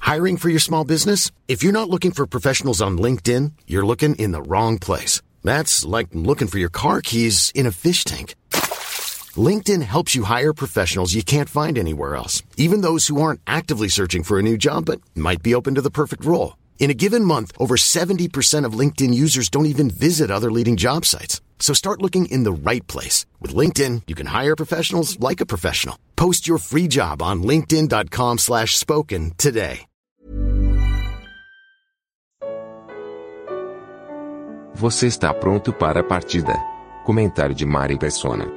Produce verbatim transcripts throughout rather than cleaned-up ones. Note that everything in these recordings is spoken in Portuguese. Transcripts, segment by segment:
Hiring for your small business? If you're not looking for professionals on LinkedIn, you're looking in the wrong place. That's like looking for your car keys in a fish tank. LinkedIn helps you hire professionals you can't find anywhere else, even those who aren't actively searching for a new job but might be open to the perfect role. In a given month, over seventy percent of LinkedIn users don't even visit other leading job sites. So start looking in the right place. With LinkedIn, you can hire professionals like a professional. Post your free job on linkedin dot com slash spoken today. Você está pronto para a partida. Comentário de Mari Persona.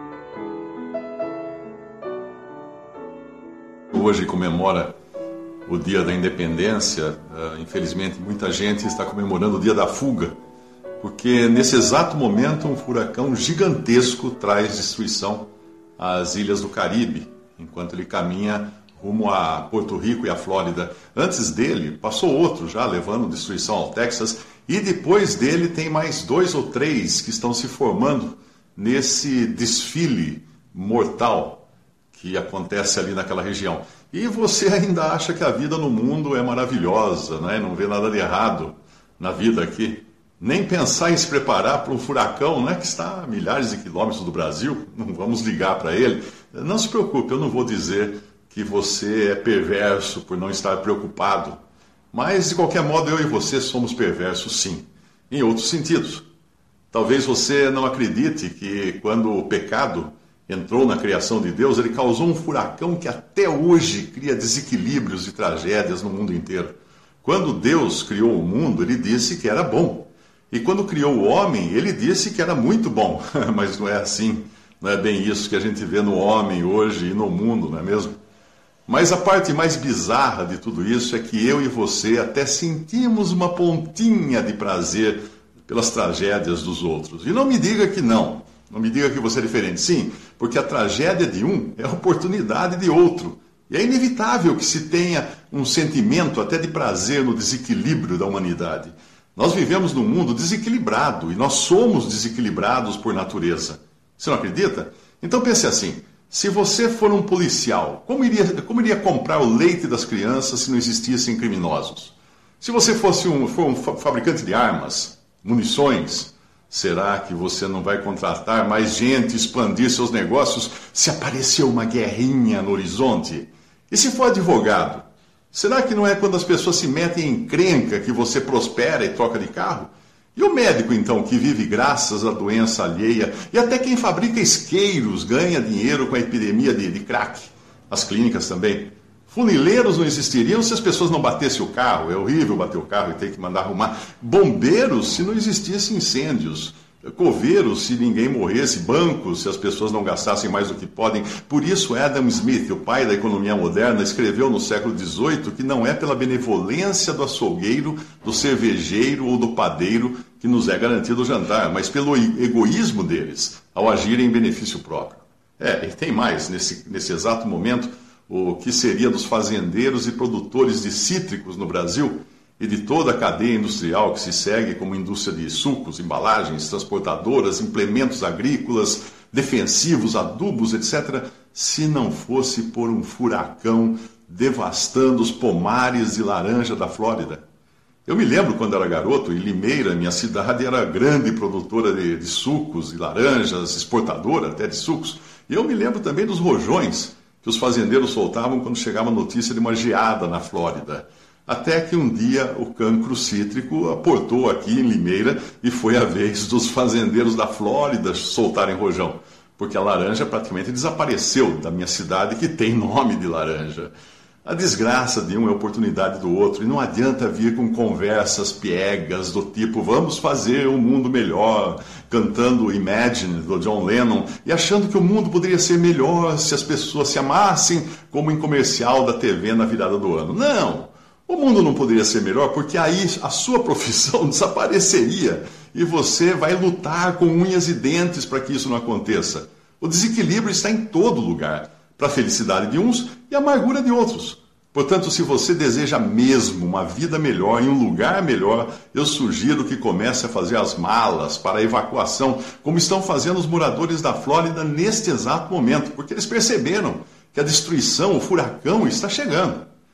Hoje comemora o Dia da Independência. Uh, infelizmente, muita gente está comemorando o Dia da Fuga, porque nesse exato momento um furacão gigantesco traz destruição às ilhas do Caribe, enquanto ele caminha rumo a Porto Rico e a Flórida. Antes dele, passou outro já, levando destruição ao Texas, e depois dele tem mais dois ou três que estão se formando nesse desfile mortal que acontece ali naquela região. E você ainda acha que a vida no mundo é maravilhosa, né? Não vê nada de errado na vida aqui. Nem pensar em se preparar para um furacão, né, que está a milhares de quilômetros do Brasil, não vamos ligar para ele. Não se preocupe, eu não vou dizer que você é perverso por não estar preocupado. Mas, de qualquer modo, eu e você somos perversos, sim, em outros sentidos. Talvez você não acredite que, quando o pecado entrou na criação de Deus, ele causou um furacão que até hoje cria desequilíbrios e tragédias no mundo inteiro. Quando Deus criou o mundo, ele disse que era bom. E quando criou o homem, ele disse que era muito bom. Mas não é assim, não é bem isso que a gente vê no homem hoje e no mundo, não é mesmo? Mas a parte mais bizarra de tudo isso é que eu e você até sentimos uma pontinha de prazer pelas tragédias dos outros. E não me diga que não, não me diga que você é diferente. Sim, porque a tragédia de um é a oportunidade de outro. E é inevitável que se tenha um sentimento até de prazer no desequilíbrio da humanidade. Nós vivemos num mundo desequilibrado e nós somos desequilibrados por natureza. Você não acredita? Então pense assim, se você for um policial, como iria, como iria comprar o leite das crianças se não existissem criminosos? Se você fosse um, for um fabricante de armas, munições, será que você não vai contratar mais gente, expandir seus negócios se aparecer uma guerrinha no horizonte? E se for advogado? Será que não é quando as pessoas se metem em encrenca que você prospera e troca de carro? E o médico, então, que vive graças à doença alheia, e até quem fabrica isqueiros ganha dinheiro com a epidemia de, de crack? As clínicas também. Funileiros não existiriam se as pessoas não batessem o carro. É horrível bater o carro e ter que mandar arrumar. Bombeiros se não existissem incêndios. Coveiros se ninguém morresse. Bancos se as pessoas não gastassem mais do que podem. Por isso Adam Smith, o pai da economia moderna, escreveu no século dezoito que não é pela benevolência do açougueiro, do cervejeiro ou do padeiro que nos é garantido o jantar, mas pelo egoísmo deles ao agirem em benefício próprio. É, e tem mais, nesse, nesse exato momento, o que seria dos fazendeiros e produtores de cítricos no Brasil e de toda a cadeia industrial que se segue como indústria de sucos, embalagens, transportadoras, implementos agrícolas, defensivos, adubos, etcétera, se não fosse por um furacão devastando os pomares de laranja da Flórida. Eu me lembro quando era garoto, em Limeira, minha cidade, era grande produtora de, de sucos e laranjas, exportadora até de sucos. E eu me lembro também dos rojões que os fazendeiros soltavam quando chegava a notícia de uma geada na Flórida. Até que um dia o cancro cítrico aportou aqui em Limeira e foi a vez dos fazendeiros da Flórida soltarem rojão, porque a laranja praticamente desapareceu da minha cidade, que tem nome de laranja. A desgraça de um é a oportunidade do outro, e não adianta vir com conversas piegas do tipo vamos fazer um mundo melhor, cantando Imagine, do John Lennon, e achando que o mundo poderia ser melhor se as pessoas se amassem como em comercial da T V na virada do ano. Não! O mundo não poderia ser melhor porque aí a sua profissão desapareceria e você vai lutar com unhas e dentes para que isso não aconteça. O desequilíbrio está em todo lugar, para a felicidade de uns e a amargura de outros. Portanto, se você deseja mesmo uma vida melhor, em um lugar melhor, eu sugiro que comece a fazer as malas para a evacuação, como estão fazendo os moradores da Flórida neste exato momento, porque eles perceberam que a destruição, o furacão, está chegando.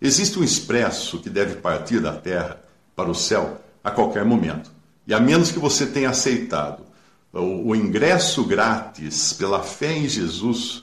Existe um expresso que deve partir da terra para o céu a qualquer momento. E a menos que você tenha aceitado o, o ingresso grátis pela fé em Jesus,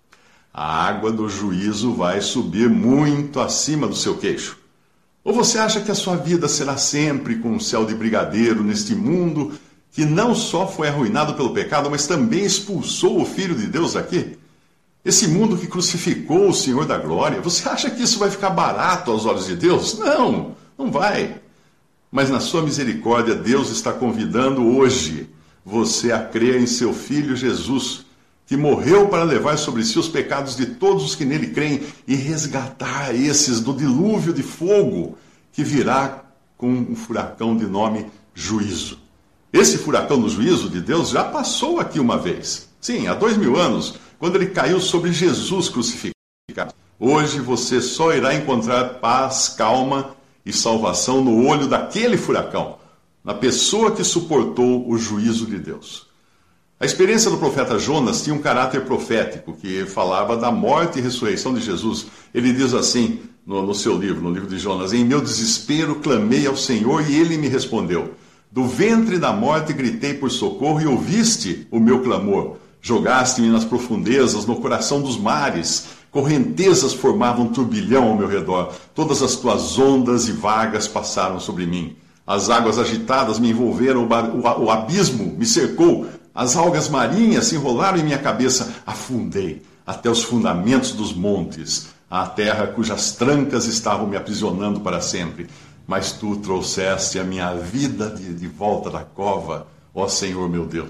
a água do juízo vai subir muito acima do seu queixo. Ou você acha que a sua vida será sempre com um céu de brigadeiro neste mundo que não só foi arruinado pelo pecado, mas também expulsou o Filho de Deus daqui? Esse mundo que crucificou o Senhor da glória, você acha que isso vai ficar barato aos olhos de Deus? Não, não vai. Mas na sua misericórdia, Deus está convidando hoje você a crer em seu Filho Jesus, que morreu para levar sobre si os pecados de todos os que nele creem e resgatar esses do dilúvio de fogo que virá com um furacão de nome juízo. Esse furacão do juízo de Deus já passou aqui uma vez. Sim, há dois mil anos, quando ele caiu sobre Jesus crucificado. Hoje você só irá encontrar paz, calma e salvação no olho daquele furacão, na pessoa que suportou o juízo de Deus. A experiência do profeta Jonas tinha um caráter profético, que falava da morte e ressurreição de Jesus. Ele diz assim no, no seu livro, no livro de Jonas: em meu desespero clamei ao Senhor e ele me respondeu. Do ventre da morte gritei por socorro e ouviste o meu clamor. Jogaste-me nas profundezas, no coração dos mares. Correntezas formavam um turbilhão ao meu redor. Todas as tuas ondas e vagas passaram sobre mim. As águas agitadas me envolveram, o, o abismo me cercou. As algas marinhas se enrolaram em minha cabeça. Afundei até os fundamentos dos montes, a terra cujas trancas estavam me aprisionando para sempre. Mas tu trouxeste a minha vida de, de volta da cova, ó Senhor meu Deus.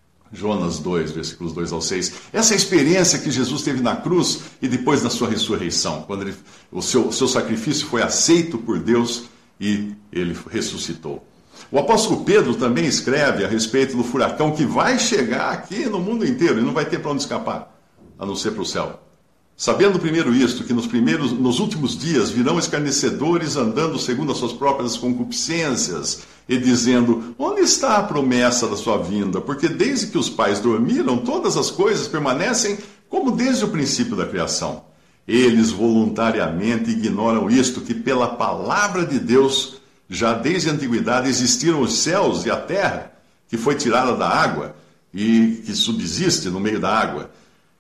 Jonas dois, versículos dois ao seis. Essa é a experiência que Jesus teve na cruz e depois da sua ressurreição, quando ele, o, seu, o seu sacrifício foi aceito por Deus e ele ressuscitou. O apóstolo Pedro também escreve a respeito do furacão que vai chegar aqui no mundo inteiro e não vai ter para onde escapar, a não ser para o céu. Sabendo primeiro isto, que nos, primeiros, nos últimos dias virão escarnecedores andando segundo as suas próprias concupiscências e dizendo: onde está a promessa da sua vinda? Porque desde que os pais dormiram, todas as coisas permanecem como desde o princípio da criação. Eles voluntariamente ignoram isto, que pela palavra de Deus, já desde a antiguidade existiram os céus e a terra, que foi tirada da água e que subsiste no meio da água,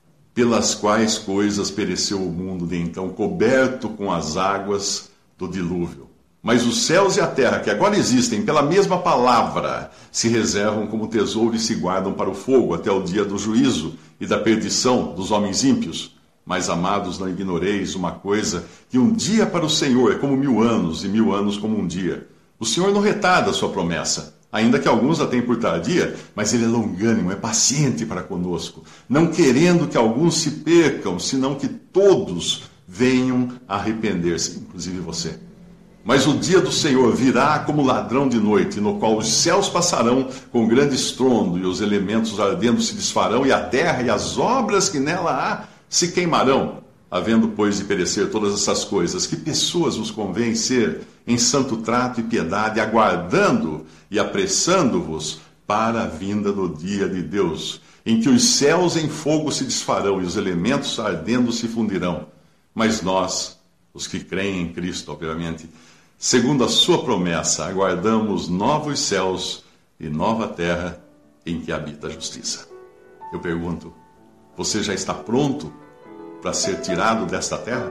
pelas quais coisas pereceu o mundo de então, coberto com as águas do dilúvio. Mas os céus e a terra, que agora existem pela mesma palavra, se reservam como tesouro e se guardam para o fogo até o dia do juízo e da perdição dos homens ímpios. Mas, amados, não ignoreis uma coisa, que um dia para o Senhor é como mil anos, e mil anos como um dia. O Senhor não retarda a sua promessa, ainda que alguns a tenham por tardia, mas ele é longânimo, é paciente para conosco, não querendo que alguns se percam, senão que todos venham a arrepender-se, inclusive você. Mas o dia do Senhor virá como ladrão de noite, no qual os céus passarão com grande estrondo, e os elementos ardendo se desfarão, e a terra e as obras que nela há se queimarão. Havendo, pois, de perecer todas essas coisas, que pessoas vos convém ser em santo trato e piedade, aguardando e apressando-vos para a vinda do dia de Deus, em que os céus em fogo se desfarão e os elementos ardendo se fundirão. Mas nós, os que creem em Cristo, obviamente, segundo a sua promessa, aguardamos novos céus e nova terra em que habita a justiça. Eu pergunto, você já está pronto para ser tirado desta terra?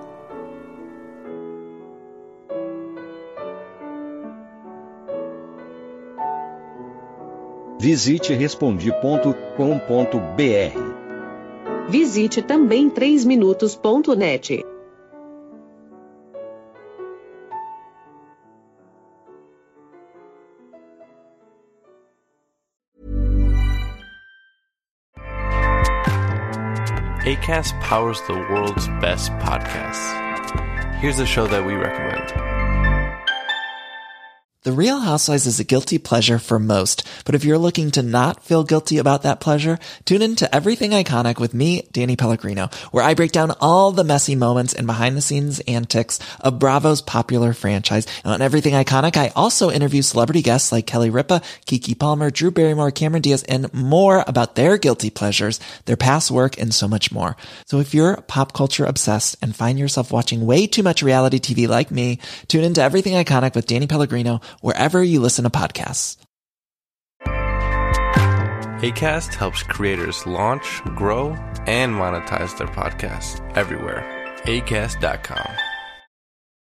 Visite respondi ponto com ponto br. Visite também três minutos ponto net. Acast powers the world's best podcasts. Here's a show that we recommend. The Real Housewives is a guilty pleasure for most, but if you're looking to not feel guilty about that pleasure, tune in to Everything Iconic with me, Danny Pellegrino, where I break down all the messy moments and behind-the-scenes antics of Bravo's popular franchise. And on Everything Iconic, I also interview celebrity guests like Kelly Ripa, Keke Palmer, Drew Barrymore, Cameron Diaz, and more about their guilty pleasures, their past work, and so much more. So if you're pop culture obsessed and find yourself watching way too much reality T V like me, tune into Everything Iconic with Danny Pellegrino, wherever you listen to podcasts. Acast helps creators launch, grow, and monetize their podcasts everywhere. Acast dot com.